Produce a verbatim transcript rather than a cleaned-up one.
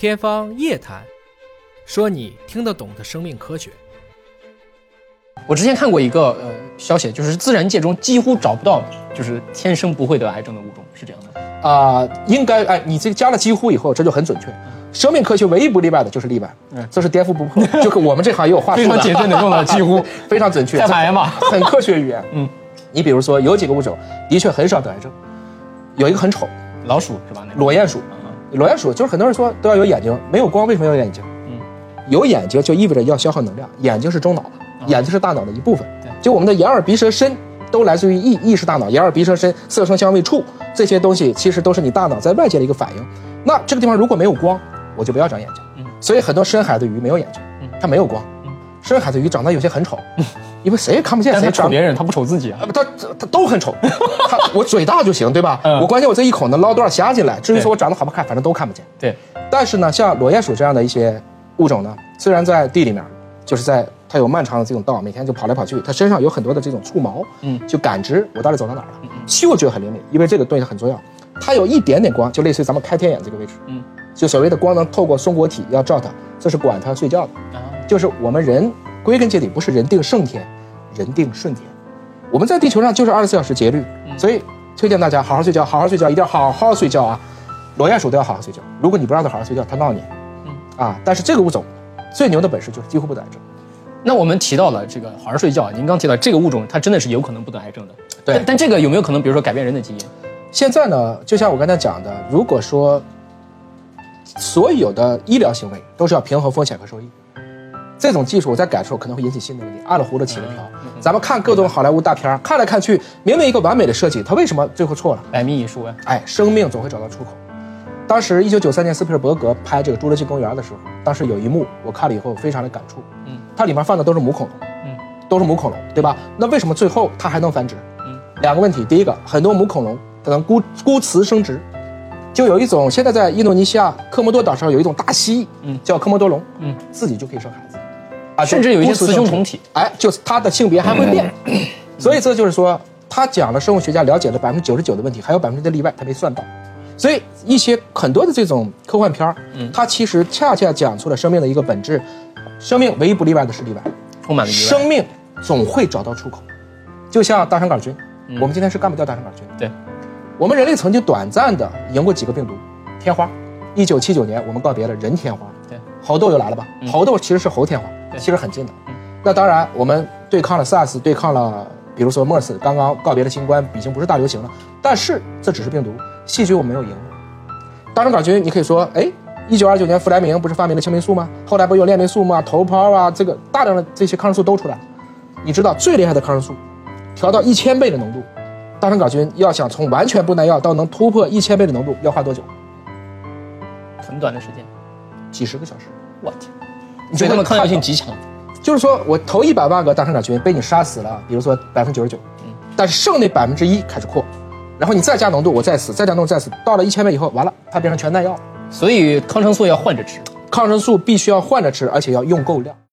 天方夜谭，说你听得懂的生命科学。 我之前看过一个呃消息，就是自然界中几乎找不到就是天生不会得癌症的物种，是这样的啊、呃，应该哎，你这加了几乎以后，这就很准确。生命科学唯一不例外的就是例外，嗯，这是颠覆不破。就跟我们这行也有话说的， 非常谨慎的用了几乎， 非常准确， 太白嘛， 很科学语言。 嗯， 你比如说有几个物种的确很少得癌症，有一个很丑， 老鼠是吧？那裸鼹鼠，嗯、裸鼹鼠就是很多人说都要有眼睛，没有光为什么要有眼睛？嗯，有眼睛就意味着要消耗能量，眼睛是中脑的，嗯、眼睛是大脑的一部分。对，就我们的眼耳鼻舌身都来自于意，意是大脑，眼耳鼻舌身，色声香味触这些东西其实都是你大脑在外界的一个反应。那这个地方如果没有光，我就不要长眼睛。嗯，所以很多深海的鱼没有眼睛，嗯，它没有光。嗯，深海的鱼长得有些很丑，嗯，因为谁也看不见谁丑别人，他不丑自己啊。 他他都很丑，他我嘴大就行，对吧？嗯，我关键我这一口能捞多少虾进来，至于说我长得好不好看，反正都看不见。 对。 但是呢，像裸鼹鼠这样的一些物种呢，虽然在地里面，就是在它有漫长的这种道，每天就跑来跑去，它身上有很多的这种触毛，嗯，就感知我到底走到哪儿了，嗯，嗅觉很灵敏，因为这个东西很重要。它有一点点光，就类似于咱们开天眼这个位置，嗯。就所谓的光能透过松果体要照它，这是管它睡觉的，就是我们人归根结底不是人定胜天，人定顺天。我们在地球上就是二十四小时节律，所以推荐大家好好睡觉，好好睡觉，一定要好好睡觉啊！裸鼹鼠都要好好睡觉，如果你不让它好好睡觉，它闹你，啊！但是这个物种最牛的本事就是几乎不得癌症。 那我们提到了这个好好睡觉，您刚提到这个物种，它真的是有可能不得癌症的， 对。 但, 但这个有没有可能，比如说改变人的基因？ 现在呢，就像我刚才讲的，如果说所有的医疗行为都是要平衡风险和收益，这种技术我在感受可能会引起新的问题，按了葫芦起了瓢。嗯嗯、咱们看各种好莱坞大片，看来看去，明明一个完美的设计，它为什么最后错了？ 百密一疏啊！ 哎，生命总会找到出口。当时一九九三年斯皮尔伯格拍这个《侏罗纪公园》的时候，当时有一幕我看了以后非常的感触。嗯，它里面放的都是母恐龙，嗯，都是母恐龙，对吧？那为什么最后它还能繁殖？嗯，两个问题，第一个，很多母恐龙它能孤孤雌生殖。就有一种现在在印度尼西亚科摩多岛上有一种大蜥蜴，嗯，叫科摩多龙，嗯，自己就可以生孩子， 啊，甚至有一些雌雄同体， 哎，就是它的性别还会变，嗯、所以这就是说，他讲了生物学家了解了百分之九十九的问题，还有百分之的例外，他没算到，所以一些很多的这种科幻片，嗯，它其实恰恰讲出了生命的一个本质，生命唯一不例外的是例外， 充满了意外， 生命总会找到出口，就像大肠杆菌，嗯、我们今天是干不掉大肠杆菌， 对。 我们人类曾经短暂的赢过几个病毒，天花，一九七九年我们告别了人天花，对，猴痘又来了吧？嗯、猴痘其实是猴天花，其实很近的。嗯、那当然，我们对抗了 SARS， 对抗了，比如说 MERS， 刚刚告别了新冠，已经不是大流行了。但是这只是病毒，细菌我们没有赢过。大肠杆菌，你可以说，哎，一九二九年弗莱明不是发明了青霉素吗？后来不有链霉素吗？头孢啊，这个大量的这些抗生素都出来了。你知道最厉害的抗生素，调到一千倍的浓度。大肠杆菌要想从完全不耐药到能突破一千倍的浓度，要花多久？ 很短的时间， 几十个小时。 我天！你觉得它们抗药性极强？ 就是说我头一百万个大肠杆菌被你杀死了，比如说百分之九十九，嗯，但是剩那百分之一开始扩，然后你再加浓度，我再死，再加浓度再死，到了一千倍以后，完了，它变成全耐药。 所以抗生素要换着吃， 抗生素必须要换着吃，而且要用够量。